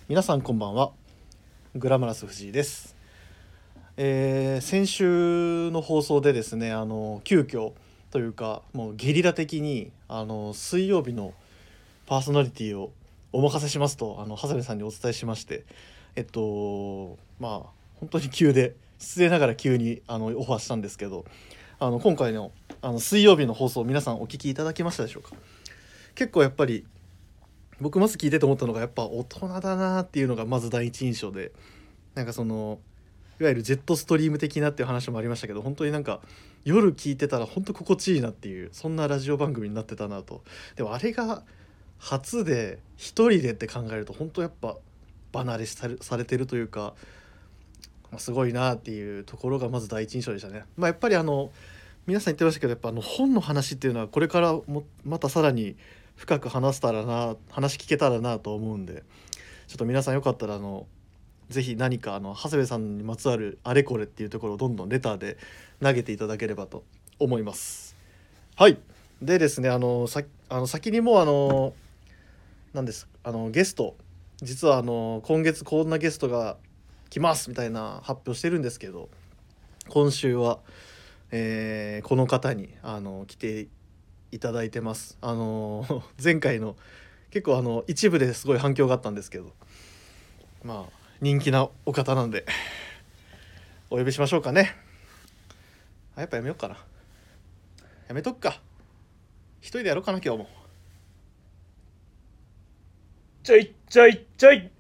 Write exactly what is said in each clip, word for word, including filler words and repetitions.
皆さんこんばんは。グラマラス藤井です。えー先週の放送でですね、あの急遽というかもうゲリラ的にあの水曜日のパーソナリティをお任せしますとあの長谷部さんにお伝えしまして、えっとまあ本当に急で失礼ながら急にあのオファーしたんですけど、あの今回のあの水曜日の放送皆さんお聞きいただけましたでしょうか。結構やっぱり僕まず聞いてて思ったのがやっぱ大人だなっていうのがまず第一印象で、なんかそのいわゆるジェットストリーム的なっていう話もありましたけど、本当になんか夜聞いてたら本当心地いいなっていう、そんなラジオ番組になってたなと。でもあれが初で一人でって考えると本当やっぱ離れされされてるというか、まあ、すごいなっていうところがまず第一印象でしたね。まあ、やっぱりあの皆さん言ってましたけど、やっぱあの本の話っていうのはこれからもまたさらに深く話せたらな話聞けたらなと思うんで、ちょっと皆さんよかったらあのぜひ何かあの長谷部さんにまつわるあれこれっていうところをどんどんレターで投げていただければと思います。はい。でですね、あのさあの先にもうあのなんですあのゲスト、実はあの今月こんなゲストが来ますみたいな発表してるんですけど、今週は、えーこの方にあの来ていただいてます。あの前回の結構あの一部ですごい反響があったんですけど、まあ人気なお方なんでお呼びしましょうかね。あ、やっぱやめようかな。やめとくか。一人でやろうかな今日も。 ちょいちょいちょい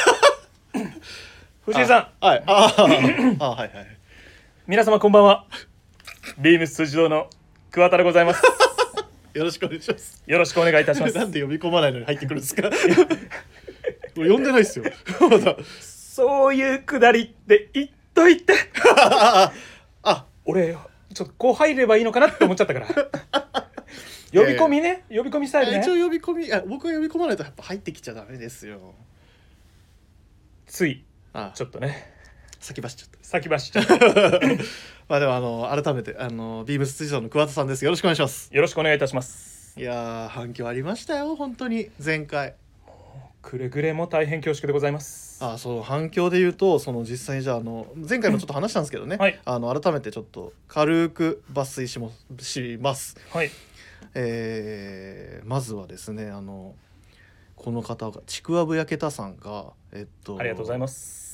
藤井さん、 あ、はいあーあはいはい。 皆様こんばんは。ビームス辻堂の桑田でございます。 よろしくお願いします。 よろしくお願いいたしますなんで呼び込まないのに入ってくるんですか。呼んでないっすよ。まだ。 そういうくだりって言っといて。 ああ俺ちょっとこう入ればいいのかなって思っちゃったから。呼び込みね、呼び込みスタイルね。 一応呼び込み、あ僕が呼び込まないとやっぱ入ってきちゃダメですよ。 ついあちょっとね先走っちゃった。 先走っちゃった。 まあでもあの改めてあのビームス辻堂の桑田さんです。よろしくお願いします。 よろしくお願いいたします。 いやー反響ありましたよ本当に前回。 くれぐれも大変恐縮でございます。 あそう反響で言うと、その実際にじゃああの前回もちょっと話したんですけどね、 はいあの改めてちょっと軽く抜粋しもします。 はい。 えーまずはですね、あのこの方がちくわぶやけたさんがえっとありがとうございます。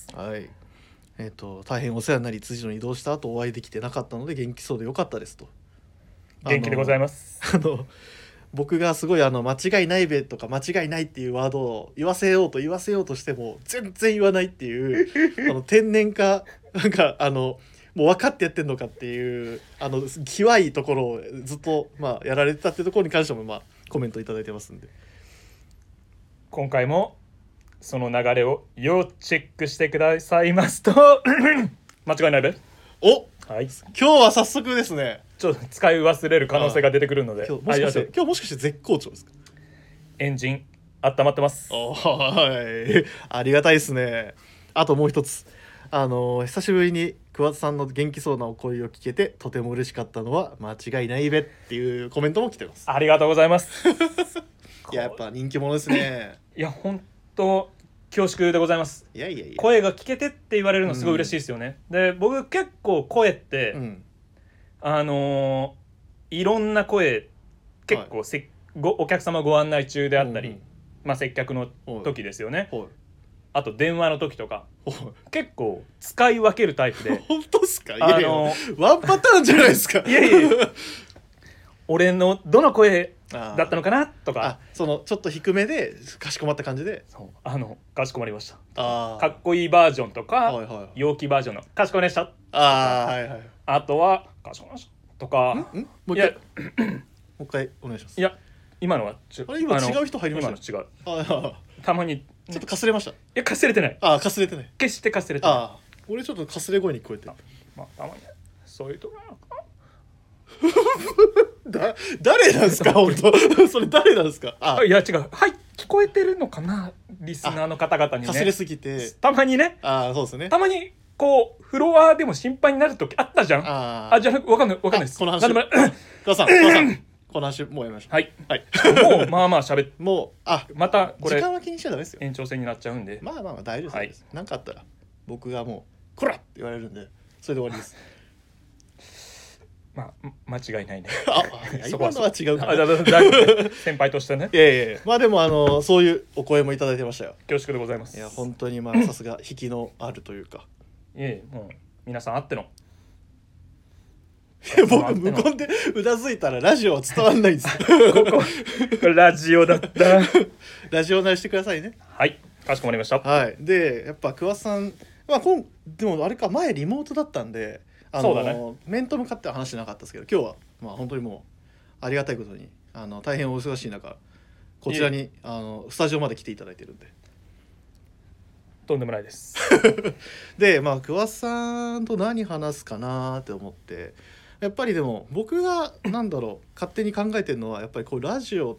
はいえっと大変お世話になり辻堂に移動した後お会いできてなかったので元気そうでよかったですと。 元気でございます。 あの僕がすごいあの間違いないべとか間違いないっていうワードを言わせようと言わせようとしても全然言わないっていうあの天然かなんかあのもう分かってやってんのかっていうあの際いいところをずっとまあやられてたっていうところに関してもまあコメントいただいてますんで、 今回もその流れを要チェックしてくださいますと間違いないべ。 おはい。 今日は早速ですね。 ちょっと使い忘れる可能性が出てくるので、 今日もしかしてありがとう。 今日もしかして絶好調ですか。 エンジン温まってます。 おはいありがたいですね。あともう一つ、あの久しぶりに桑田さんの元気そうなお声を聞けてとても嬉しかったのは間違いないべっていうコメントも来てます。 ありがとうございます。 いややっぱ人気者ですね。 いや本当恐縮でございます。 いやいやいや声が聞けてって言われるのすごい嬉しいですよね。で僕結構声って、 うん、 あのーいろんな声結構せ、ごお客様ご案内中であったり、 うんうんまあ、接客の時ですよね。 はいあと電話の時とかはい結構使い分けるタイプで本当っすか。いやいや、 あのワンパターンじゃないですか。 いやいやいや俺のどの声あーだったのかなとか、 あそのちょっと低めでかしこまった感じで、 そうあのかしこまりましたあかっこいいバージョンとか、 はいはいはい陽気バージョンのかしこまりました、 あーはいはいあとはかしこまりましたとか、 んもういや一回もう一回お願いします。 いや今のはちあれ今の違う人入りましたよ今の違うあーたまにちょっとかすれました。 いやかすれてないあーかすれてない。 決してかすれてない。 ああ俺ちょっとかすれ声に聞こえてまあ、たまにねそういうところなのかだ誰なんですか本当それ誰なんですか。ああいや違うはい聞こえてるのかなリスナーの方々にねかすれすぎてたまにねああそうですね。 たまにこうフロアでも心配になる時あったじゃん。ああじゃあわかんないわかんないです。 この話なんでも桑田さん桑田さんこの話もうやめましょう。 はいはいもうまあまあ喋っもうあまたこれ時間は気にしちゃダメですよ。 延長戦になっちゃうんで、 まあまあまあ大丈夫です。 はいなんかあったら僕がもうこらって言われるんでそれで終わりです。 まあ間違いないねああ今のは違うかな。 あだだだいぶ先輩としてねいやいやいやまあでもあのそういうお声もいただいてましたよ。 恐縮でございます。 いや本当にまあさすが引きのあるというかいえいえもう皆さんあっての僕無言でうなずいたらラジオは伝わんないんですよこここれラジオだったラジオ慣れしてくださいね。 はいかしこまりました。 はいでやっぱ桑さんまあ今でもあれか前リモートだったんであのそうだね面と向かっては話してなかったですけど今日はまあ本当にもうありがたいことにあの大変お忙しい中こちらにあのスタジオまで来ていただいてるんでとんでもないですでまあ桑さんと何話すかなって思ってやっぱりでも僕がなんだろう勝手に考えてるのはやっぱりこうラジオって、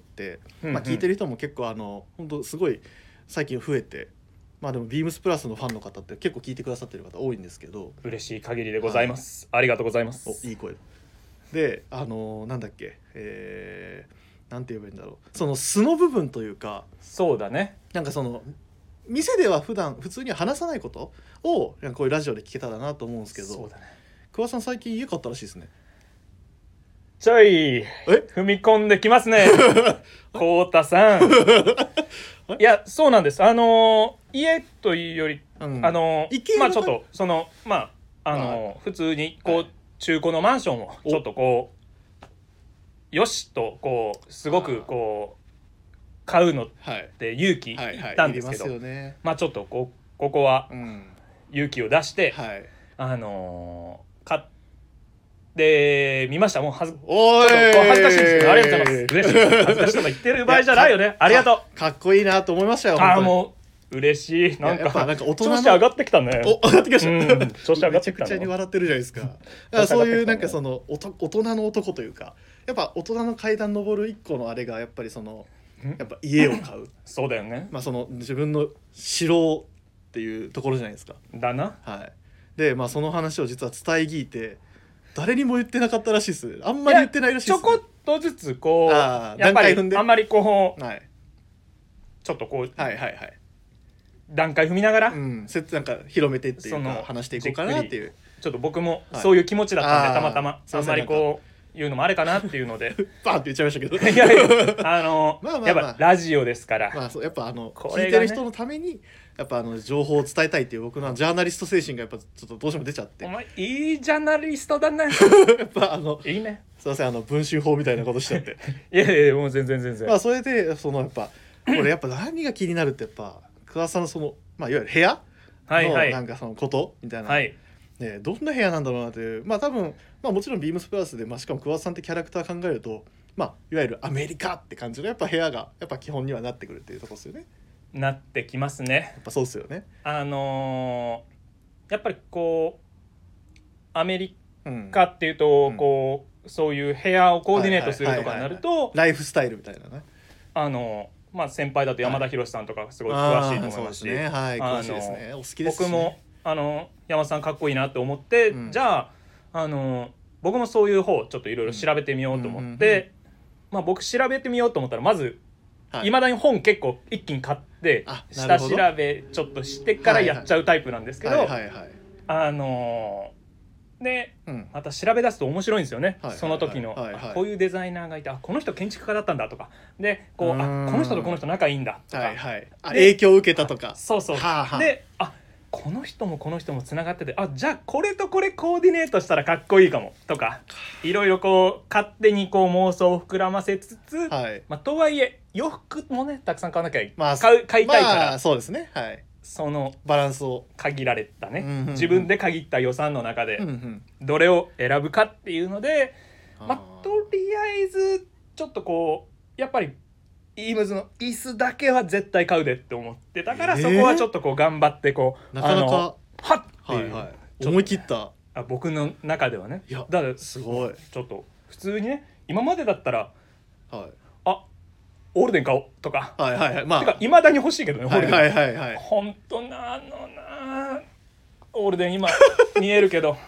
うんうんまあ、聞いてる人も結構あの本当すごい最近増えてまあでもビームスプラスのファンの方って結構聞いてくださってる方多いんですけど嬉しい限りでございます、はい、ありがとうございます。 おいい声であのなんだっけえー、なんて言えばいいんだろうその素の部分というかそうだねなんかその店では普段普通には話さないことをなんかこういうラジオで聞けたらなと思うんですけどそうだね桑さん最近家買ったらしいですね。 ちょい踏み込んできますねこうたさんいやそうなんです。あのー、家というより、うん、あのー、まあちょっとそのまああのーはい、普通にこう、はい、中古のマンションをちょっとこうよしとこうすごくこう買うのって勇気いったんですけど、はいはいはいね、まあちょっとこここは勇気を出して、うんはい、あのー、買ってみました。もうはずちょっとこう恥ずかしいんですけどありがとうございます。嬉しい恥ずかしいとか言ってる場合じゃないよね。ありがとう。かっこいいなと思いましたよ。 ああもう嬉しい。なんかなんか大人の調子上がってきたね。 お上がってきました、 うん、調子上がってきたの。 めちゃくちゃに笑ってるじゃないですか。だからそういうなんかそのおと大人の男というかやっぱ大人の階段登る一個のあれがやっぱりそのやっぱ家を買うそうだよね。 まあその自分の城っていうところじゃないですか。 だな。 はい。でまあその話を実は伝え聞いて誰にも言ってなかったらしいです。あんまり言ってないらしいです、ね、 ちょこっとずつこうあやっぱりあんまりこう、 はい、 ちょっとこう、 はいはいはい、 段階踏みながら、 うん、なんか広めてっていうか話していこうかなっていうちょっと僕もそういう気持ちだったんで、はい、たまたま あ, あんまりこう言うのもあれかなっていうのでバーンって言っちゃいましたけどいやいやあのまあまあ、まあ、やっぱラジオですから、 まあ、そうやっぱあの、これがね、聞いてる人のためにやっぱあの情報を伝えたいっていう僕のジャーナリスト精神がやっぱちょっとどうしても出ちゃって。 お前いいジャーナリストだねやっぱあのいいねすいませんあの文春法みたいなことしちゃっていやいやもう全然全然まあそれでそのやっぱこれやっぱ何が気になるってやっぱ桑田さんのその、まあ、いわゆる部屋のなんかそのことみたいな、 はいね、どんな部屋なんだろうなというまあ多分、まあ、もちろんビームスプラスで、まあ、しかも桑田さんってキャラクター考えると、まあ、いわゆるアメリカって感じのやっぱ部屋がやっぱ基本にはなってくるっていうところですよね。 なってきますね。 やっぱそうですよね。 あのー、やっぱりこうアメリカっていうと、うん、こうそういう部屋をコーディネートするとかになるとライフスタイルみたいなねあのまあ先輩だと山田博さんとかすごい詳しいと思いますし、 はい、はい、詳しいですね。お好きですね。 僕もあの山田さんかっこいいなと思って、うん、じゃああの僕もそういう方ちょっといろいろ調べてみようと思って、うんうんうん、まあ僕調べてみようと思ったらまずいまだに本結構一気に買って下調べちょっとしてからやっちゃうタイプなんですけどあので、うん、また調べ出すと面白いんですよね、はいはいはい、その時の、はいはい、こういうデザイナーがいてあこの人建築家だったんだとかでこうあこの人とこの人仲いいんだとか、 はいはい、影響を受けたとかそうそう、はあはあ、であこの人もこの人もつながっててあじゃあこれとこれコーディネートしたらかっこいいかもとかいろいろこう勝手にこう妄想を膨らませつつ、はいまあ、とはいえ洋服もねたくさん買わなきゃ、まあ、買う買いたいから、まあ、そうですね、はい、 そのバランスを限られたね、うんうんうん、自分で限った予算の中でどれを選ぶかっていうので、うんうん、まあ、とりあえずちょっとこうやっぱりイームズの椅子だけは絶対買うでって思ってたから、えー、そこはちょっとこう頑張ってこうなかなかはっっていう、はいはい、 思い切ったあ僕の中ではねいやだからすごいちょっと普通にね今までだったら、 はい、 あオールデン買おうとかはいはいはいまあてかいまだに欲しいけどね、 はいはいはいはい本当なあのなオールデン今見えるけど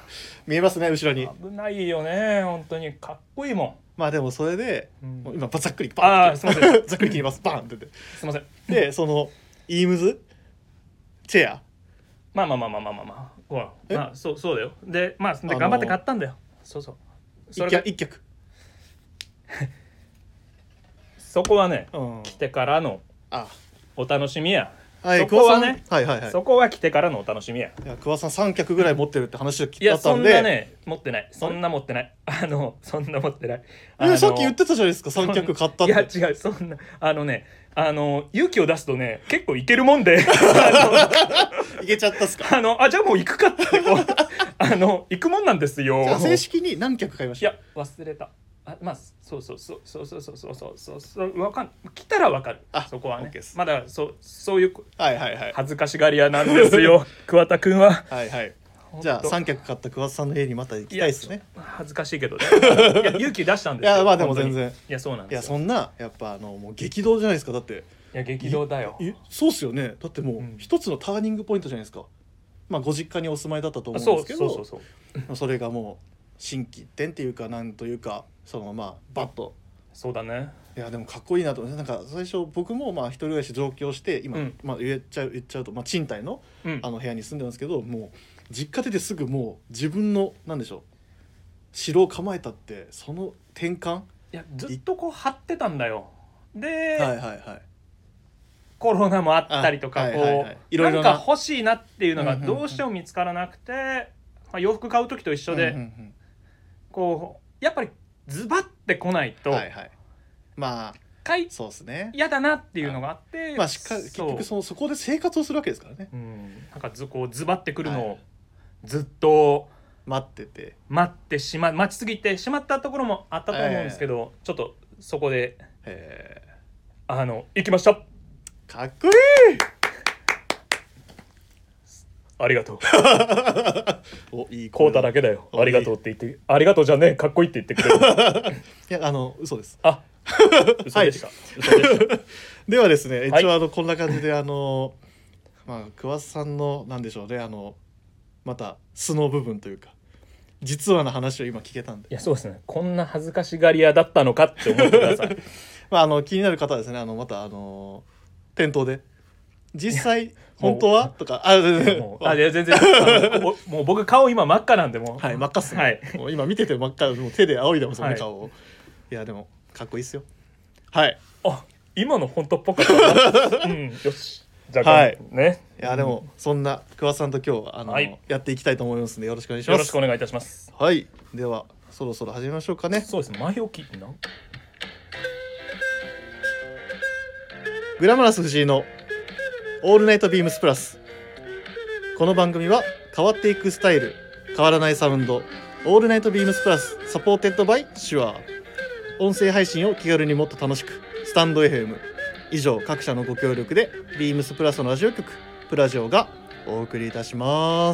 見えますね後ろに。 危ないよね本当にかっこいいもん。 まあでもそれで、うん、もう今ざっくりバンってすいませんざっくり切りますバンってってすいません。 でそのイームズチェアまあまあまあまあまあまあまあほらまあそうそうだよ。でまあで頑張って買ったんだよ。そうそうそれが一脚そこはね、うん、来てからのお楽しみや。 はい、 そこはね、 はいはいはい、 そこは来てからのお楽しみや。 いや桑さんさん脚ぐらい持ってるって話を聞いたんで。 いやそんなね持ってないそんな持ってないあのそんな持ってない。 あのさっき言ってたじゃないですかさん脚買ったって。 いや違うそんなあのねあの勇気を出すとね結構いけるもんでいけちゃったっすか。 あのあじゃあもう行くかってこうあの行くもんなんですよ。 じゃあ正式に何脚買いました。 いや忘れた。あまあそうそうそうそうそうそうそうそうそうそうわかん来たらわかる。あそこはねまだそうそういうはいはいはい恥ずかしがり屋なんですよ桑田くんは。 はいはいじゃあさん脚買った桑田さんの家にまた行きたいですね。 恥ずかしいけどね。いや勇気出したんですよ。いやまあでも全然いやそうなんですよ。 いやそんなやっぱあのもう激動じゃないですか。だっていや激動だよ。 そうっすよね。だってもう一つのターニングポイントじゃないですか。まあご実家にお住まいだったと思うんですけど、 そうそうそうそうそれがもう心機一転っていうかなんというかそのまあバッと。 そうだね。 いやでもかっこいいなと。なんか最初僕もまあ一人暮らし上京して今、うん、まあ言っちゃう言っちゃうとまあ賃貸の、うん、あの部屋に住んでますけど、もう実家出てすぐもう自分のなんでしょう城を構えたってその転換。 いやずっとこう張ってたんだよ。で、 はいはいはい、 コロナもあったりとか、はいはいはい、こういろいろななんか欲しいなっていうのがどうしても見つからなくて、うんうんうん、まあ、洋服買う時と一緒で、うんうんうん、こうやっぱりズバッてこないと、 はいはい、まあ買いそうですね嫌だなっていうのがあって、 まあ、しか結局そのそこで生活をするわけですからね、 うん、なんかずこうズバッてくるのをずっと待ってて待ってしま待ちすぎてしまったところもあったと思うんですけど、ちょっとそこであの行きました。 かっこいいありがとうおいいコータだけだよありがとうって言ってありがとうじゃねえかっこいいって言ってくれるいやあの嘘です。 あ嘘でした、はい、嘘でしたではですね一応あのこんな感じであのまあ桑田さんのなんでしょうねあのまた素の部分というか実話の話を今聞けたんで。 いやそうですねこんな恥ずかしがり屋だったのかって思ってくださいまああの気になる方はですねあのまたあの店頭で実際本当はとかあ全然あ全然もう僕顔今真っ赤なんでもうはい真っ赤っすね、 はい、 もう今見てて真っ赤もう手で仰いでますもんね、はい、顔を。いやでもかっこいいっすよ。はいあ今の本当っぽかったな、うん、よしじゃあ、はい、ねいやでも、うん、そんな桑田さんと今日はあの、はい、やっていきたいと思いますのでよろしくお願いします。 よろしくお願いいたします。 はいではそろそろ始めましょうかね。 そうですね前置きなグラマラス藤井のオールナイトビームスプラス。この番組は変わっていくスタイル変わらないサウンドオールナイトビームスプラスサポーテッドバイシュアー。音声配信を気軽にもっと楽しくスタンド エフエム 以上各社のご協力でビームスプラスのラジオ局プラジオがお送りいたします。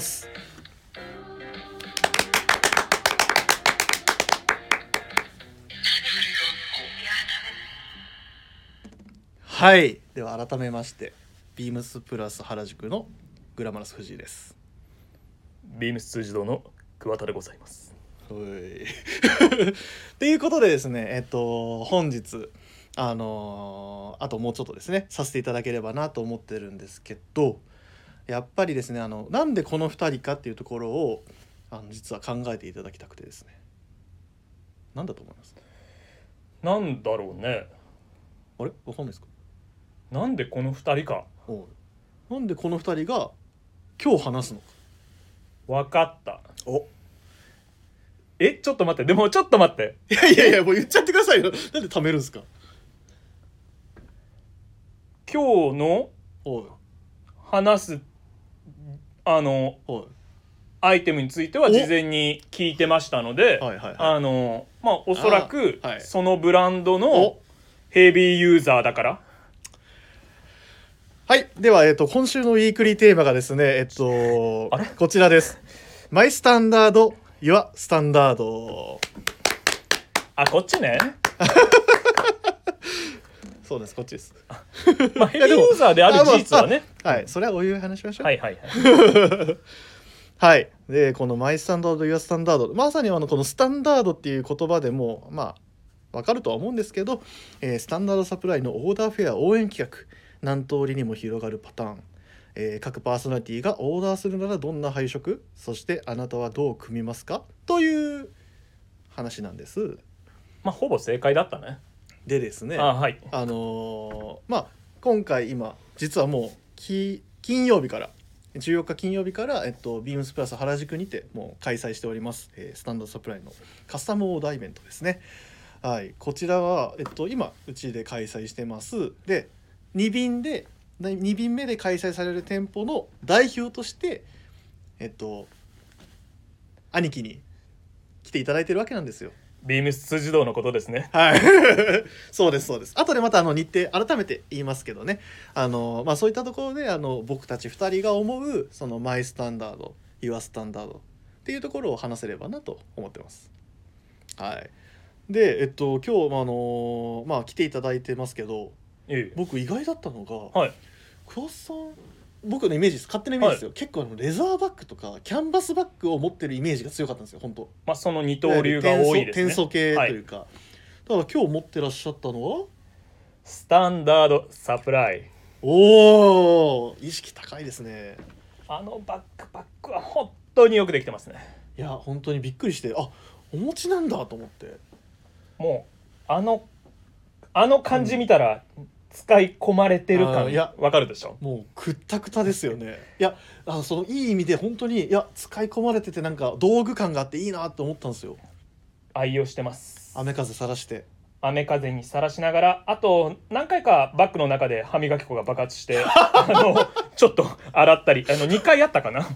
はいでは改めましてビームスプラス原宿のグラマラス藤井です。 ビームス通じ堂の桑田でございます。 ということでですねえっと本日あのー、あともうちょっとですねさせていただければなと思ってるんですけど、やっぱりですねあのなんでこのふたりかっていうところをあの実は考えていただきたくてですね。なんだと思います？ なんだろうね。 あれわかんないですか？ なんでこのふたりか。 おなんでこのふたりが今日話すのか。 わかった。 おえちょっと待ってでもちょっと待って。 いやいやいやもう言っちゃってくださいよ。なんで貯めるんですか？ 今日の話すあのアイテムについては事前に聞いてましたので、はいはいはい、あのまあおそらくそのブランドのヘビーユーザーだから。 はいでは、えー、と今週のウィークリーテーマがですねえっとあれこちらです。マイスタンダードユアスタンダード。 あこっちねそうですこっちです。 まあヘビーユーザーである事実はねはいそれはお湯話しましょう。 はいはいはいはい。でこのマイスタンダード、ユアスタンダード、まさにあのこのスタンダードっていう言葉でもまあわかるとは思うんですけど、えー、スタンダードサプライのオーダーフェア応援企画、何通りにも広がるパターン、えー、各パーソナリティがオーダーするならどんな配色、そしてあなたはどう組みますかという話なんです。 まあほぼ正解だったね。 でですね、 あ、はい、 あのー、まあ今回今実はもうき金曜日からじゅうよっか金曜日から、えっと、ビームスプラス原宿にてもう開催しております、えー、スタンダードサプライのカスタムオーダーイベントですね。はい、こちらは、えっと、今うちで開催してます。でに便でに便目で開催される店舗の代表としてえっと兄貴に来ていただいてるわけなんですよ。 ビームス児童のことですね。 はいそうですそうです。後でまたあの日程改めて言いますけどね、あの、まあ、そういったところであの僕たちふたりが思うそのマイスタンダード、ユアスタンダードっていうところを話せればなと思ってます。はい。でえっと今日あのまあ来ていただいてますけど、 ええ、 僕意外だったのが、 はい、 桑田さん、僕のイメージです、勝手なイメージですよ、はい、結構あのレザーバッグとかキャンバスバッグを持ってるイメージが強かったんですよ本当。 まあその二刀流が多いですね。 転送系というか、はい、だから今日持ってらっしゃったのはスタンダードサプライ。 おお、意識高いですね。 あのバックパックは本当によくできてますね。 いや本当にびっくりして、あ、お持ちなんだと思って。 もうあのあの感じ見たら、うん、使い込まれてる感わかるでしょ。 もうくったくたですよね。いやあのそのいい意味で本当にいや使い込まれててなんか道具感があっていいなって思ったんですよ。 愛用してます。 雨風さらして雨風にさらしながら、あと何回かバッグの中で歯磨き粉が爆発してあのちょっと洗ったり、あのにかいあったかな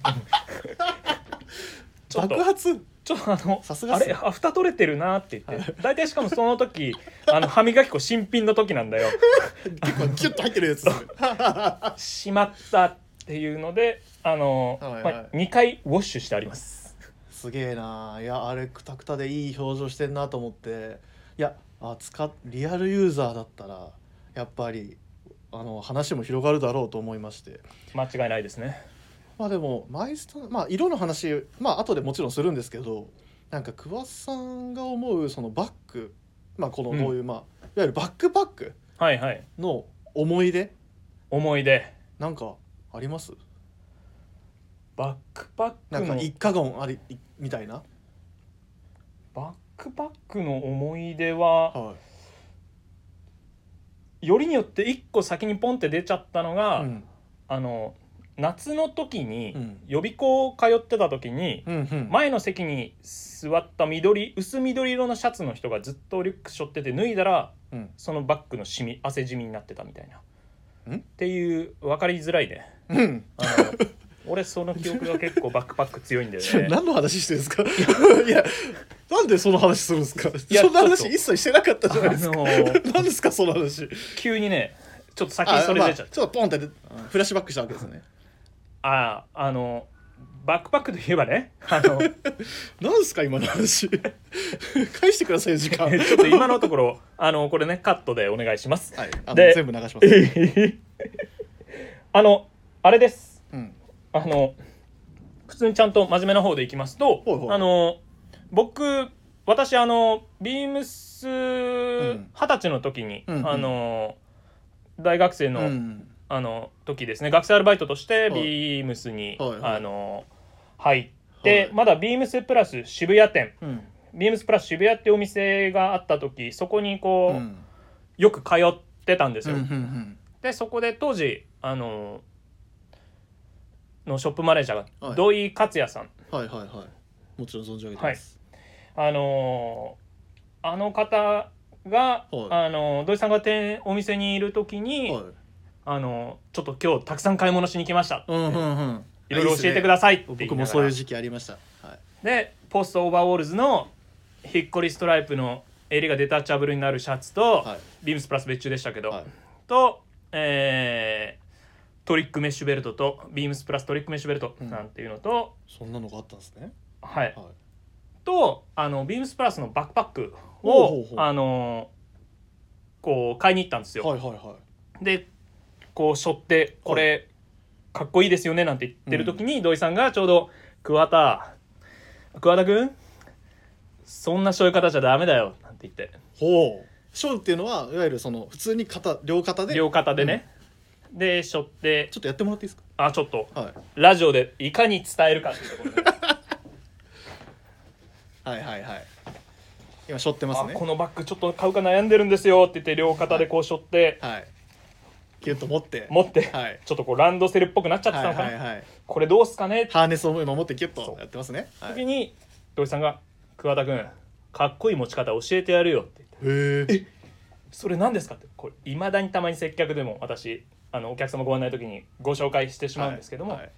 爆発ちょっとあのさすがあれ蓋取れてるなって言って大体しかもその時あの歯磨き粉新品の時なんだよ結構キュッと入ってるやつしまったっていうのであの、はいはい、まあ、にかいウォッシュしてあります。 すげえな。いやあれクタクタでいい表情してんなと思って、いやあ使リアルユーザーだったらやっぱりあの話も広がるだろうと思いまして。 間違いないですね。 まあでもマイスター、まあ色の話まあ後でもちろんするんですけど、なんか桑さんが思うそのバッグ、まあこのこういう、うん、まあいわゆるバックパックの思い出、はいはい、 思い出なんかあります？ バックパックのなんか一家言ありみたいな。 バックパックの思い出は、はい、よりによっていっこ先にポンって出ちゃったのが、うん、あの夏の時に、うん、予備校通ってた時に、うんうん、前の席に座った緑薄緑色のシャツの人がずっとリュック背負ってて脱いだら、うん、そのバッグのシミ汗じみになってたみたいな、んっていう分かりづらいね、うん、あの俺その記憶が結構バックパック強いんだよね何の話してるんですかいやなんでその話するんですか。そんな話一切してなかったじゃないですか、あのー、何ですかその話。 急にねちょっと先にそれ出ちゃって、まあ、 ちょっとポンってフラッシュバックしたわけですね。 ああ、あのバックパックといえばね、あの何ですか今の話返してくださいよ時間ちょっと今のところあのこれねカットでお願いします。 はい、あので全部流しますあのあれです、うん、あの普通にちゃんと真面目な方でいきますと、ほいほい、あの僕私あのビームスはたちの時に、うん、あの大学生の、うん、あの時ですね、学生アルバイトとしてビームスに、はいはいはい、あの入って、はい、まだビームスプラス渋谷店、うん、ビームスプラス渋谷ってお店があった時、そこにこう、うん、よく通ってたんですよ、うんうんうん、でそこで当時あののショップマネージャーが土井克也さん、 はいはいはいはい、もちろん存じ上げてます、 はい、あのあの方が、はい、あの土井さんが店お店にいる時に、はい、あのちょっと今日たくさん買い物しに来ましたって、うんうんうん、いろいろ教えてくださいって言いながら、 僕もそういう時期ありました、はい、 でポストオーバーオールズのひっこりストライプの襟がデタッチャブルになるシャツと、はい、ビームスプラス別注でしたけど、はい、と、えー、トリックメッシュベルトとビームスプラストリックメッシュベルトなんていうのと、 うん、そんなのがあったんですね、 はい、はい、とあのビームスプラスのバックパックをほうほうほう、あのこう買いに行ったんですよ、はいはいはい、でこう背負ってこれかっこいいですよねなんて言ってる時に、うん、土井さんがちょうど桑田桑田君そんな背負い方じゃダメだよなんて言って。 ほう。背負うっていうのはいわゆるその普通に肩両肩で両肩でね、うん、で背負ってちょっとやってもらっていいですか。 あちょっと、 はい、 ラジオでいかに伝えるかっていうところではいはいはい。今背負ってますね。 このバッグちょっと買うか悩んでるんですよって言って両肩でこう背負って、 はい、はい、キュッと持って持って、 はい、 ちょっとこうランドセルっぽくなっちゃってたのかな、はいはいはい、これどうすかねハーネスを今持ってキュッとやってますね。 はい、時に土井さんが桑田君かっこいい持ち方教えてやるよって言って、へえそれ何ですかってこれ未だにたまに接客でも私あのお客様ご案内の時にご紹介してしまうんですけども、はいはい、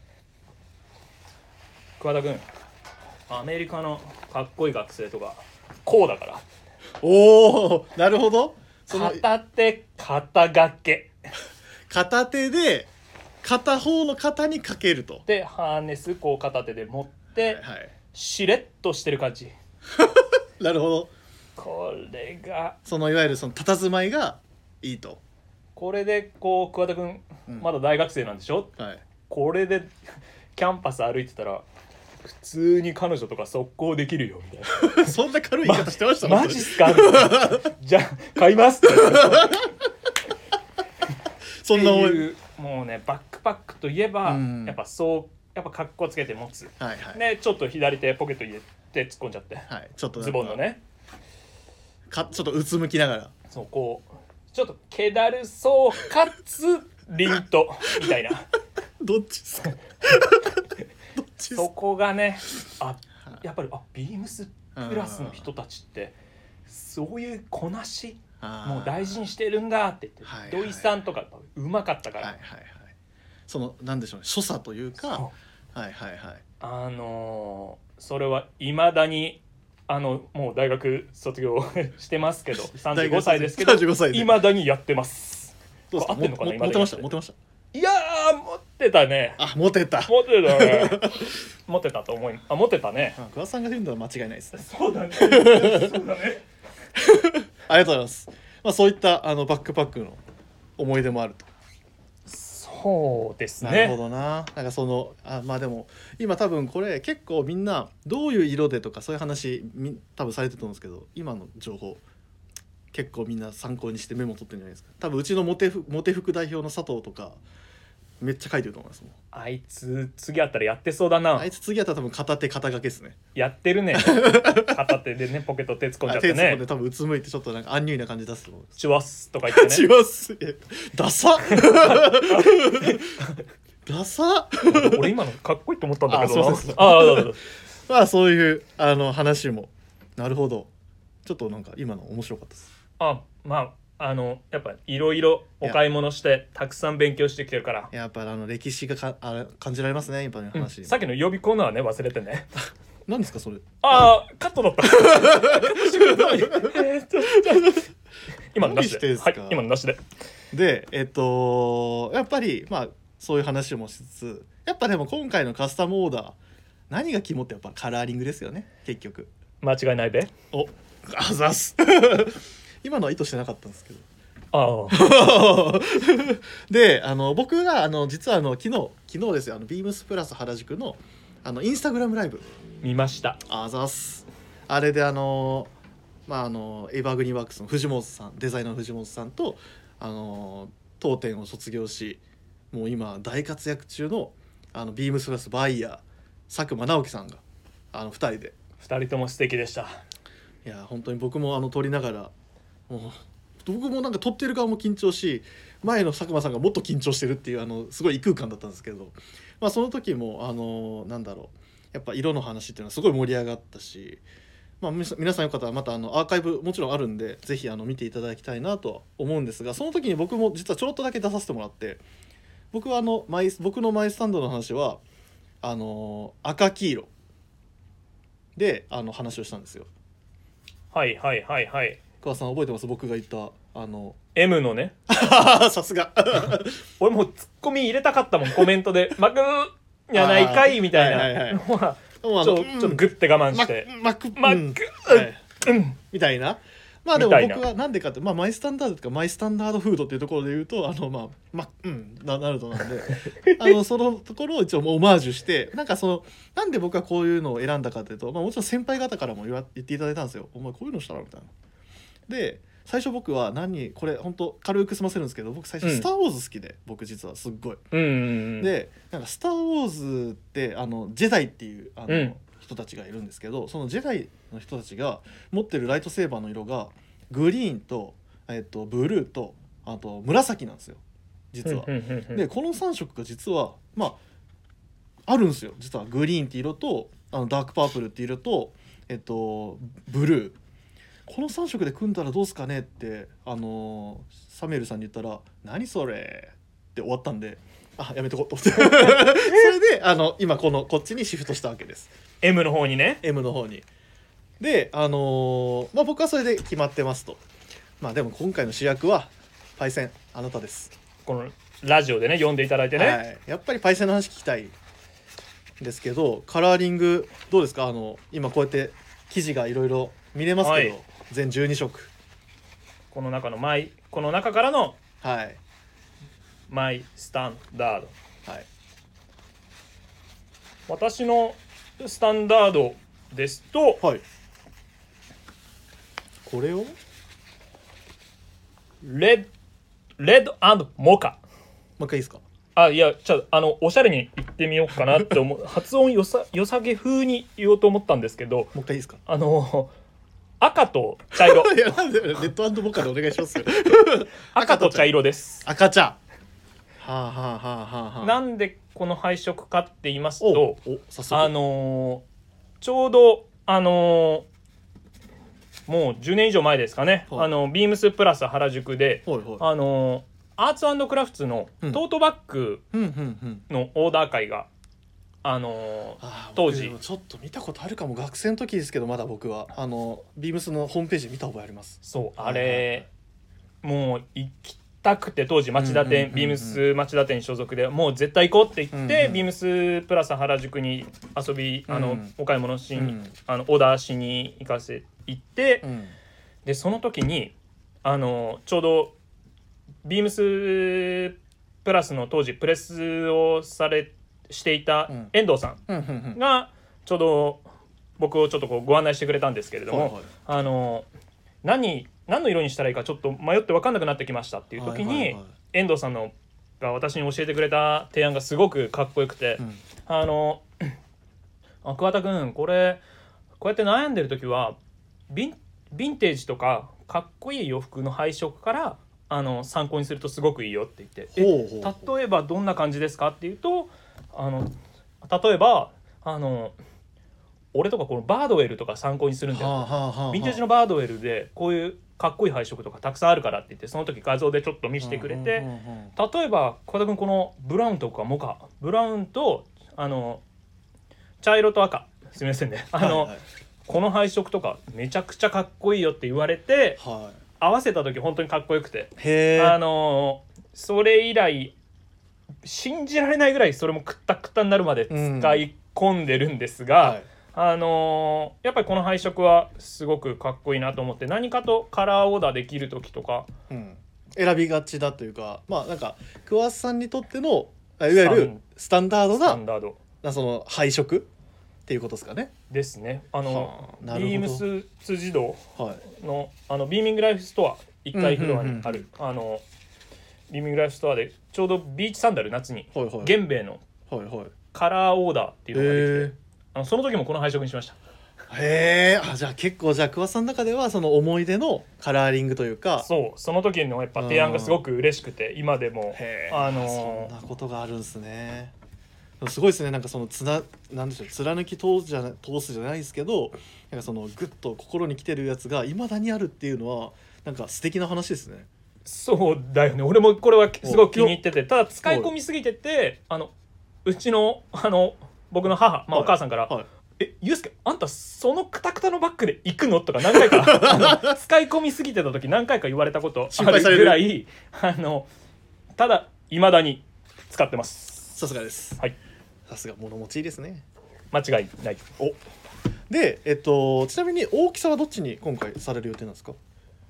桑田君アメリカのかっこいい学生とかこうだから。 おおなるほど。 その片手肩掛け片手で片方の肩にかけるとでハーネスこう片手で持って、はいはい、しれっとしてる感じなるほど。 これがそのいわゆるその佇まいがいいと。 これでこう桑田君、うん、まだ大学生なんでしょ、はい、これでキャンパス歩いてたら普通に彼女とか速攻できるよみたいなそんな軽い言い方してましたもん、ま、マジっすかじゃあ買いますってそんな思いもうねバックパックといえば、うん、やっぱそうやっぱ格好つけて持つ、はいはい、でちょっと左手ポケット入れて突っ込んじゃって、はい、ちょっとズボンのねかちょっとうつむきながらそうこうちょっと気だるそうかつ凛とみたいなどっちっすかそこがねあやっぱりあビームスプラスの人たちってそういうこなしもう大事にしてるんだって言って、はいはい、土井さんとかうまかったから、はいはいはい、 そのなんでしょうね所作というかはいはいはいあのー、それはいまだにあのもう大学卒業してますけどさんじゅうごさいですけどいまだにやってます。 どうですか合ってんのかな。持ってました持ってました。 いやー持ってたね。 あ持ってた持ってたね持ってたと思いあ持ってたね。 桑田さんが言うのは間違いないですね。 そうだねそうだねありがとうございます。まあそういったあのバックパックの思い出もあると。 そうですね。 なるほどな。なんかそのあまあでも今多分これ結構みんなどういう色でとかそういう話み多分されてると思うんですけど今の情報結構みんな参考にしてメモ取ってるんじゃないですか。多分うちのモテフモテ副代表の佐藤とかめっちゃ書いてると思いますもん。 あいつ次あったらやってそうだな。 あいつ次あったら多分片手肩掛けですね。 やってるね片手でねポケット手突っ込んじゃってね。手突っ込んで多分うつむいてちょっとなんかアンニュイな感じ出すと思う。 チュワスとか言ってねチュワスダサダサ俺今のかっこいいと思ったんだけどな。 あそうそうあまあそういうあの話もなるほど。ちょっとなんか今の面白かったです。 あまああのやっぱいろいろお買い物してたくさん勉強してきてるからやっぱあの歴史がかあれ感じられますね今の話、 うん、さっきの予備コーナーね忘れてね何ですかそれ。 ああカットだったカットしてくださいえーっと今のなしではい今のなしででえっとやっぱりまあそういう話もしつつやっぱでも今回のカスタムオーダー何が肝ってやっぱカラーリングですよね結局。 間違いないべ。 おあざす今のは意図してなかったんですけどあであの僕があの実はあの昨日昨日ですよあのビームスプラス原宿のあのインスタグラムライブ見ました。 あざすあれであのまああのエバーグリーンワークスの藤本さんデザイナーの藤本さんとあの当店を卒業しもう今大活躍中のあのビームスプラスバイヤー佐久間直樹さんがあのふたりでふたりとも素敵でした。 いや本当に僕もあの撮りながらもう僕もなんか撮ってる側も緊張し前の佐久間さんがもっと緊張してるっていうあのすごい異空間だったんですけど、まあ、その時もあのなんだろうやっぱ色の話っていうのはすごい盛り上がったし、まあ、皆さんよかったらまたあのアーカイブもちろんあるんでぜひあの見ていただきたいなとは思うんですがその時に僕も実はちょろっとだけ出させてもらって僕はあのマイ僕のマイスタンドの話はあの赤黄色であの話をしたんですよ。 はいはいはいはい。 桑田さん覚えてます？僕が言ったあの M のねさすが俺もうツッコミ入れたかったもんコメントで「巻くやないかい」みたいな、はいはいはい、ちょっとグッて我慢して 「巻く」 巻く、 うん、みたいなまあでも僕はなんでかって、まあ、マイスタンダードとかマイスタンダードフードっていうところで言うとあのまあまあうんなナルトなんであのそのところを一応オマージュしてなんかそのなんで僕はこういうのを選んだかというと、まあ、もちろん先輩方からも言わ言っていただいたんですよ。お前こういうのしたらみたいな。で最初僕は何これ本当軽く済ませるんですけど僕最初スター・ウォーズ好きで、うん、僕実はすっごい、 うんうんうん、 でなんかスター・ウォーズってあのジェダイっていうあの、うん人たちがいるんですけどそのジェダイの人たちが持ってるライトセーバーの色がグリーンと、えっと、ブルーとあと紫なんですよ実は。でこのさん色が実はまああるんですよ実はグリーンって色とあのダークパープルって色と、えっと、ブルーこのさん色で組んだらどうすかねってあのサミュエルさんに言ったら何それって終わったんであやめとこうと思ってそれであの今このこっちにシフトしたわけです。 M の方にね M の方にであのー、まあ僕はそれで決まってますと。まあでも今回の主役はパイセンあなたです。 このラジオでね読んでいただいてね、 はい、やっぱりパイセンの話聞きたいんですけどカラーリングどうですかあの今こうやって生地がいろいろ見れますけど、はい、全じゅうに色この中のマイこの中からのはいマイスタンダード、 はい、 私のスタンダードですと、 はい、これをレッレッド&モカもう一回いいですか。 あいやちょあのおしゃれに言ってみようかなって思う発音よさよさげ風に言おうと思ったんですけどもう一回いいですか。 あの赤と茶色いやなんでレッド&モカでお願いしますよ赤と茶色です。 赤茶はあはあはあはあはあ。 なんでこの配色かって言いますとあのー、ちょうどあのー、もうじゅうねん以上前ですかね、はい、あのビームスプラス原宿で、はいはい、あのー、アーツ&クラフツのトートバッグのオーダー会が、あのー、当時ちょっと見たことあるかも学生の時ですけどまだ僕はあのビームスのホームページ見た覚えあります。 そうあれ、はいはい、もう行きたくて当時町田店、うんうんうんうん、ビームス町田店に所属でもう絶対行こうって言って、うんうん、ビームスプラス原宿に遊びあの、うん、お買い物しに、うん、あのオーダーしに行かせ行って、うん、でその時にあのちょうどビームスプラスの当時プレスをされしていた遠藤さんがちょうど僕をちょっとこうご案内してくれたんですけれども、はいはい、あの何何の色にしたらいいかちょっと迷って分かんなくなってきましたっていう時に、はいはいはい、遠藤さんのが私に教えてくれた提案がすごくかっこよくて、うん、あのあ桑田君これこうやって悩んでる時はヴィン、ヴィンテージとかかっこいい洋服の配色からあの参考にするとすごくいいよって言ってほうほうほう例えばどんな感じですかっていうとあの例えばあの俺とかこのバードウェルとか参考にするんだよ、はあはあはあ、ヴィンテージのバードウェルでこういうかっこいい配色とかたくさんあるからって言ってその時画像でちょっと見せてくれて、例えば小田君このブラウンとかモカブラウンとあの茶色と赤すみませんねあの、はいはい、この配色とかめちゃくちゃかっこいいよって言われて、はい、合わせた時本当にかっこよくてへあのそれ以来信じられないぐらいそれもくったくったになるまで使い込んでるんですが、うんはいあのー、やっぱりこの配色はすごくかっこいいなと思って何かとカラーオーダーできる時とか、 うん、選びがちだというかまあなんか桑田さんにとってのいわゆるスタンダードなスタンダードなその配色っていうことですかね。 ですね。あのビームス辻堂の、はい、あのビーミングライフストアいっかいフロアにある、うんうんうん、あのビーミングライフストアでちょうどビーチサンダル夏に源兵衛のカラーオーダーっていうのができて、はいはいあのその時もこの配色にしました。 へえあじゃあ結構じゃあ桑田さんの中ではその思い出のカラーリングというかそうその時のやっぱ提案がすごく嬉しくて今でもあのー、そんなことがあるんですね。すごいですねなんかそのつななんでしょう貫き通すじゃな通すじゃないですけどなんかそのグッと心に来てるやつがいまだにあるっていうのはなんか素敵な話ですね。 そうだよね俺もこれはすごく気に入っててただ使い込みすぎててあのうちのあの僕の母、まあ、お母さんから、はいはい、えゆうすけあんたそのクタクタのバッグで行くのとか何回か使い込みすぎてた時何回か言われたことあるぐらいあのただいまだに使ってます。 さすがです、 はい、 さすが物持ちいいですね。 間違いない。 おで、えっと、ちなみに大きさはどっちに今回される予定なんですか。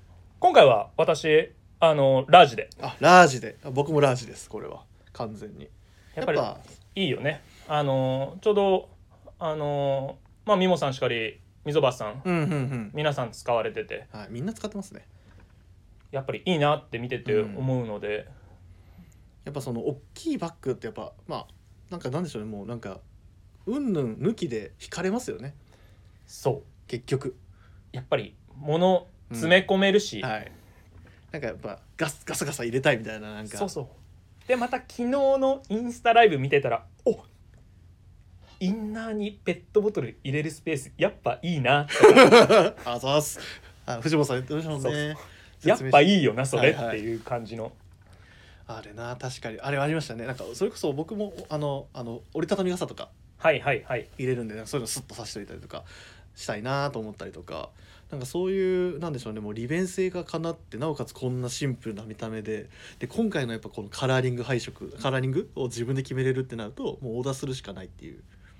今回は私あのラージで。 あ、ラージで。僕もラージです。これは完全にやっぱりいいよね。あのちょうどあのまあミモさんしかり溝端さん、 うんうんうん、 皆さん使われてて、 はい、みんな使ってますね。 やっぱりいいなって見てて思うので、うん、 やっぱその大きいバッグってやっぱまあなんかなんでしょうね、もうなんかうんぬん抜きで惹かれますよね。 そう結局やっぱり物詰め込めるし、 うん、はい、なんかやっぱガスガサガサ入れたいみたいな、なんかそうそう。でまた昨日のインスタライブ見てたら、おインナーにペットボトル入れるスペースやっぱいいなあざーす。あ、藤本さん言ってましたもんね。 やっぱいいよなそれ、はいはい、っていう感じのあれな、確かにあれありましたね。なんかそれこそ僕もあのあの折りたたみ傘とかはいはいはい入れるんで、そういうのスッとさしておいたりとかしたいなと思ったりとか、なんかそういうなんでしょうね、もう利便性がかなって、なおかつこんなシンプルな見た目で、で今回のやっぱこのカラーリング配色カラーリングを自分で決めれるってなると、もうオーダーするしかないっていう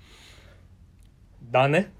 だね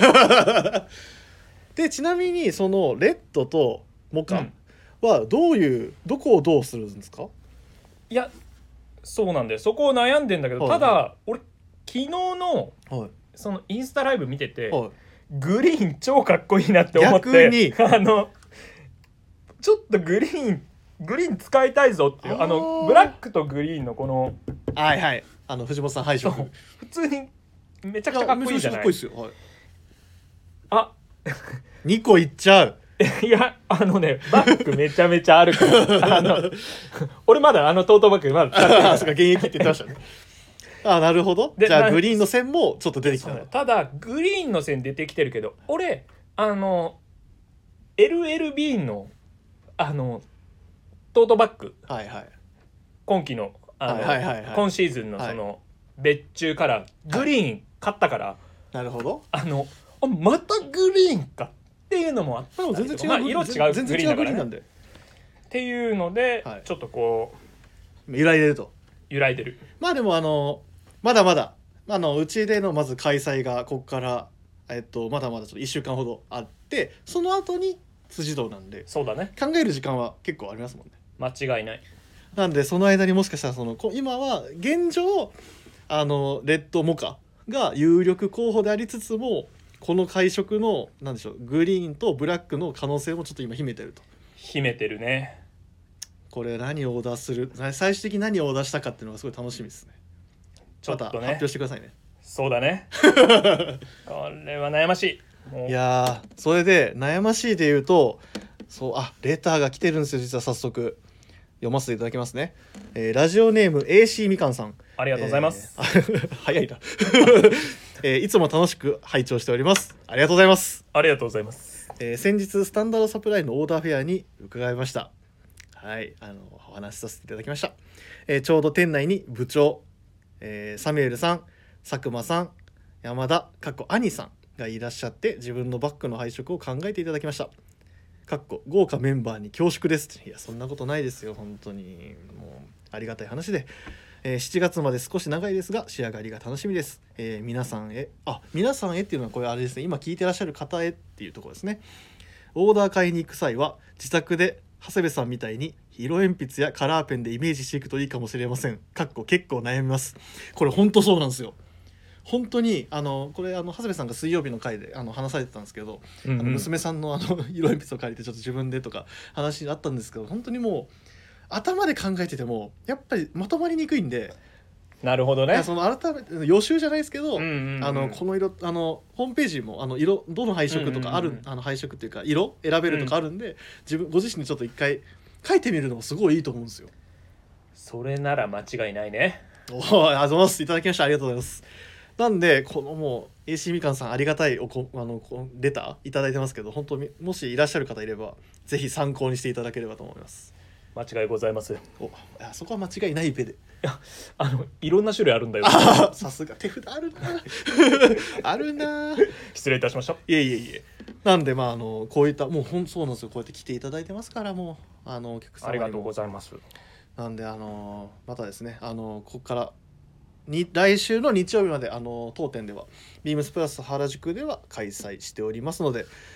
でちなみにそのレッドとモカはどういう、うん、どこをどうするんですか？ いやそうなんだよ、そこを悩んでんだけど、はいはい、ただ俺昨日の、はい、そのインスタライブ見てて、はい、グリーン超かっこいいなって思って、逆にあのちょっとグリーングリーン使いたいぞっていう、あのブラックとグリーンのこのはいはい、あの藤本さん配色普通にめちゃくちゃかっこいいじゃない。 かっこいいですよ、はい、 あにこいっちゃういやあのねバッグめちゃめちゃあるからあの俺まだあのトートバッグまだ使ってない。 あそうか、現役って言ってましたねあ、なるほど。じゃあグリーンの線もちょっと出てきた。 ただグリーンの線出てきてるけど、俺あの エルエルビー のあのトートバッグ、 はいはい、 今期のあの、 はいはいはいはい、 今シーズンのその、はい、別注からグリーン買ったから、はい、 なるほど。 あのあまたグリーンかっていうのもあったりとか、 全然違う、 まあ、色違う全然違うグリーンなんでっていうので、はい、ちょっとこう揺らいでると揺らいでる。 まあでもあのまだまだあのうちでのまず開催がここから、えっと、まだまだちょっといっしゅうかんほどあって、その後に辻堂なんで、 そうだね、 考える時間は結構ありますもんね。 間違いない。 なんでその間にもしかしたらその今は現状あのレッドモカが有力候補でありつつも、この会色のなんでしょう、グリーンとブラックの可能性もちょっと今秘めてると。 秘めてるね。 これ何をオーダーする、最終的に何をオーダーしたかっていうのがすごい楽しみですね。 ちょっとね、 また発表してくださいね。 そうだねこれは悩ましい。もういやー、それで悩ましいで言うと、そう、あ、レターが来てるんですよ。実は早速読ませていただきますね、えー、ラジオネーム エーシー みかんさん、 ありがとうございます、 えー、早いな、えー、いつも楽しく拝聴しております。ありがとうございます。 ありがとうございます、 えー、先日スタンダードサプライのオーダーフェアに伺いました。はい、あのお話しさせていただきました、えー、ちょうど店内に部長、えー、サミュエルさん、佐久間さん、山田かっこ兄さんがいらっしゃって、自分のバッグの配色を考えていただきました。かっこ豪華メンバーに恐縮です。いや、そんなことないですよ、本当にもうありがたい話で、えー、しちがつまで少し長いですが仕上がりが楽しみです、えー、皆さんへあ皆さんへっていうのはこれあれですね、今聞いてらっしゃる方へっていうところですね。オーダー買いに行く際は自宅で長谷部さんみたいに色鉛筆やカラーペンでイメージしていくといいかもしれません。かっこ結構悩みます。これ本当そうなんですよ。本当にあのこれあの長谷部さんが水曜日の回であの話されてたんですけど、うんうん、あの娘さんのあの色鉛筆を借りてちょっと自分でとか話があったんですけど、本当にもう頭で考えててもやっぱりまとまりにくいんで。 なるほどね。 その改めて予習じゃないですけど、うんうんうん、あのこの色あのホームページもあの色どの配色とかある、うんうんうん、あの配色っていうか色選べるとかあるんで、うん、自分ご自身でちょっと一回書いてみるのもすごいいいと思うんですよ。 それなら間違いないね。 おー、ありがとうございます。いただきました。ありがとうございます。なんでこのもう エーシー みかんさんありがたいおこあのレターいただいてますけど、本当にもしいらっしゃる方いればぜひ参考にしていただければと思います。 間違いございます。 お、いやそこは間違いないべで。いやあのいろんな種類あるんだよ。 さすが手札あるなあるな。 失礼いたしました。 いえいえいえ。なんでまああのこういったもうほんそうなんですよ、こうやって来ていただいてますから、もうあのお客様にもありがとうございます。 なんであのまたですね、あのここからに来週の日曜日まであの当店ではビームスプラス原宿では開催しておりますので、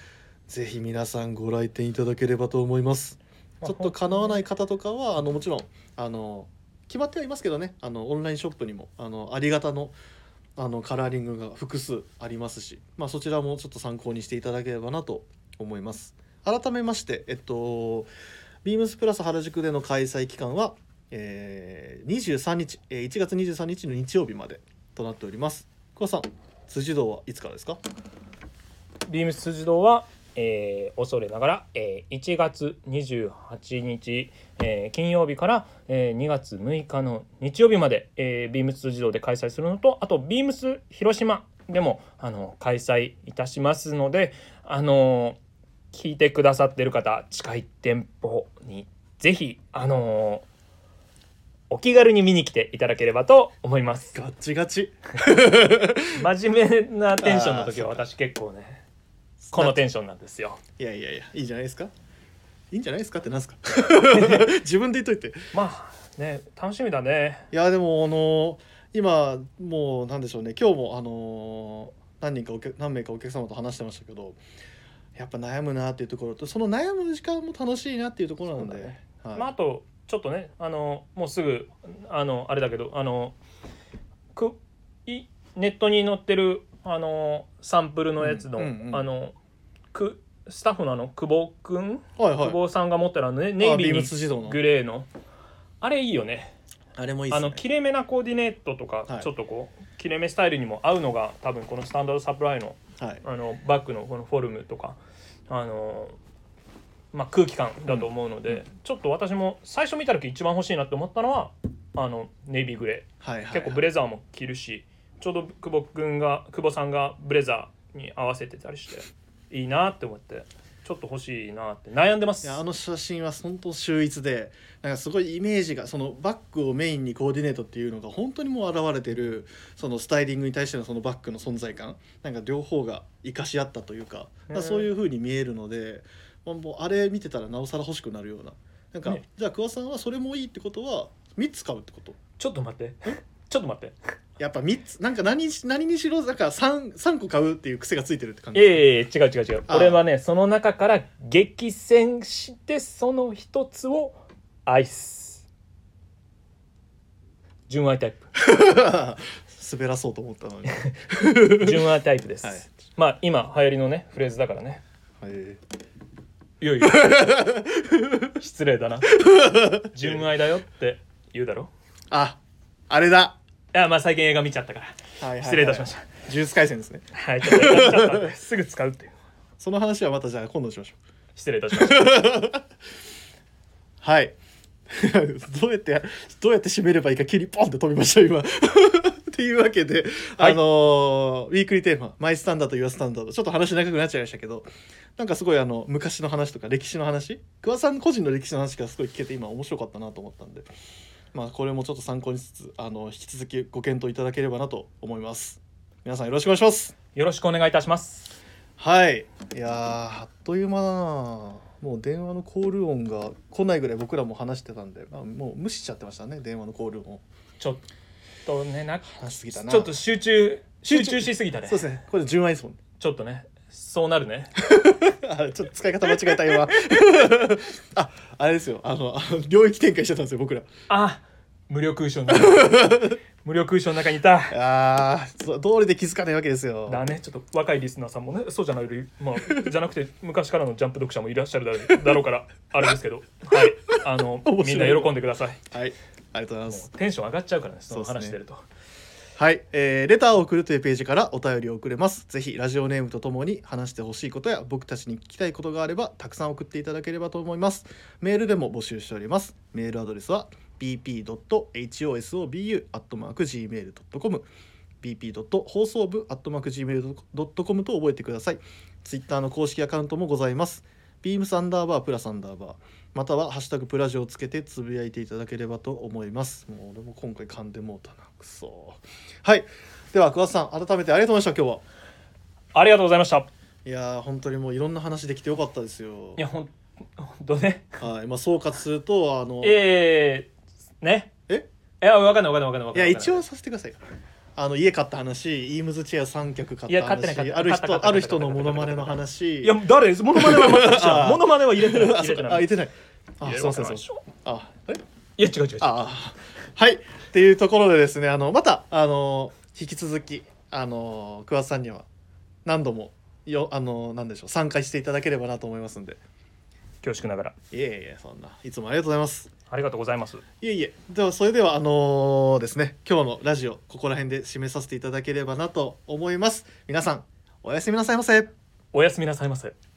ぜひ皆さんご来店いただければと思います。ちょっと叶わない方とかはあのもちろんあの決まってはいますけどね、あのオンラインショップにもあのありがたのあのカラーリングが複数ありますし、まあ、そちらもちょっと参考にしていただければなと思います。改めまして、えっと、ビームスプラス原宿での開催期間は、えー、にじゅうさんにち、えー、いちがつにじゅうさんにちの日曜日までとなっております。桑さん、辻堂はいつからですか？ ビームス辻堂は、えー、恐れながら、えー、いちがつにじゅうはちにち、えー、金曜日から、えー、にがつむいかの日曜日まで、えー、ビームス辻堂で開催するのと、あとビームス広島でもあの開催いたしますので、あのー、聞いてくださっている方、近い店舗にぜひあのーお気軽に見に来ていただければと思います。 ガチガチ真面目なテンションの時は私結構ねこのテンションなんですよ。 いやいやいや、いいじゃないですか。いいんじゃないですかってなんですか自分で言っといて。 まあね、楽しみだね。 いやでもあの今もうなんでしょうね、今日もあの何人かお客何名かお客様と話してましたけど、やっぱ悩むなっていうところと、その悩む時間も楽しいなっていうところなので、ね、 はい、まああとちょっとね、あのもうすぐあのあれだけど、あのくいネットに載ってるあのサンプルのやつの、うんうんうん、あのくスタッフのあの久保くん、はいはい、久保さんが持ってるあの、ね、ネイビーにグレーのあれいいよね。 あれもいいですね。 あの切れ目なコーディネートとか、はい、ちょっとこう切れ目スタイルにも合うのが多分このスタンダードサプライの、はい、あのバッグのこのフォルムとかあのまあ、空気感だと思うので、うん、ちょっと私も最初見た時一番欲しいなって思ったのはあのネイビーグレー、はいはいはい、結構ブレザーも着るし、ちょうど久保君が久保さんがブレザーに合わせてたりしていいなって思ってちょっと欲しいなって悩んでます。 いやあの写真は本当秀逸で、なんかすごいイメージがそのバッグをメインにコーディネートっていうのが本当にもう現れてる、そのスタイリングに対してのそのバッグの存在感、なんか両方が生かし合ったというか、かそういう風に見えるので、もうあれ見てたらなおさら欲しくなるような、なんか、ね、じゃあ桑さんはそれもいいってことはみっつ買うってこと？ ちょっと待ってちょっと待ってやっぱみっつなんか 何, 何にしろなんか 3, 3個買うっていう癖がついてるって感じ。 ええー、違う違う違う、俺はねその中から激戦してその一つを愛す純愛タイプ滑らそうと思ったのに純愛タイプです、はい、まあ今流行りのねフレーズだからね。はいいやいや失礼だな純愛だよって言うだろ。 あ、あれだ。 いやまあ最近映画見ちゃったから、はいはいはい、失礼いたしました。 呪術廻戦ですね。 はいちょっと映画見ちゃったんですぐ使うっていう。 その話はまたじゃあ今度しましょう。 失礼いたしましたはいどうやってどうやって締めればいいか急にポンって飛びました今っていうわけで、はい、あのー、ウィークリーテーママイスタンダードユアスタンダード、ちょっと話長くなっちゃいましたけど、なんかすごいあの昔の話とか歴史の話、桑さん個人の歴史の話がすごい聞けて今面白かったなと思ったんで、まあこれもちょっと参考にしつつあの引き続きご検討いただければなと思います。皆さんよろしくお願いします。 よろしくお願いいたします。 はい、いやあっという間だな。もう電話のコール音が来ないぐらい僕らも話してたんで、まあ、もう無視しちゃってましたね、電話のコール音。 ちょっとねな話しすぎたな。 ちょっと集中集中しすぎたね。 そうですね、これ純愛ですもんね。 ちょっとねそうなるねあちょっと使い方間違えた今ああれですよ、あの領域展開してたんですよ僕ら。 あ無料空所の中無料空所の中にいた。 ああ通りで気づかないわけですよ。 だね、ちょっと若いリスナーさんもね、そうじゃない、まあじゃなくて昔からのジャンプ読者もいらっしゃるだろうからあれですけど、はいあのみんな喜んでください。 はい、ありがとうございます。 テンション上がっちゃうからね、その話してると。 はい、えー、レターを送るというページからお便りを送れます。ぜひラジオネームとともに話してほしいことや僕たちに聞きたいことがあればたくさん送っていただければと思います。メールでも募集しております。メールアドレスは ビーピードットホソブ アットマークジーメールドットコム ビーピー 放送部 アットマークジーメールドットコム と覚えてください。ツイッターの公式アカウントもございます。ビームスアンダーバープラスアンダーバーまたはハッシュタグプラジをつけてつぶやいていただければと思います。もう俺も今回噛んでもうたな、くそ。はい、では桑田さん改めてありがとうございました。今日はありがとうございました。 いや本当にもういろんな話できてよかったですよ。 いやほんとね、 はい、まあ、総括するとあのえーねえいや分かんない分かんない分かんない。 いや一応させてください。 あの家買った話、イームズチェアさん脚買った話、ある人ある人のモノマネの話。 いや誰モノマネは全く知らん。モノマネは入れてない。 入れてない。あ入れてない。あすいません。 あえいや違う違う違う。 あはいっていうところでですね、あのまたあの引き続きあの桑田さんには何度もよあのなんでしょう参加していただければなと思いますんで。 恐縮ながら。 いえいえそんないつもありがとうございます。 ありがとうございます。 いえいえ。ではそれではあのー、ですね今日のラジオここら辺で締めさせていただければなと思います。皆さんおやすみなさいませ。 おやすみなさいませ。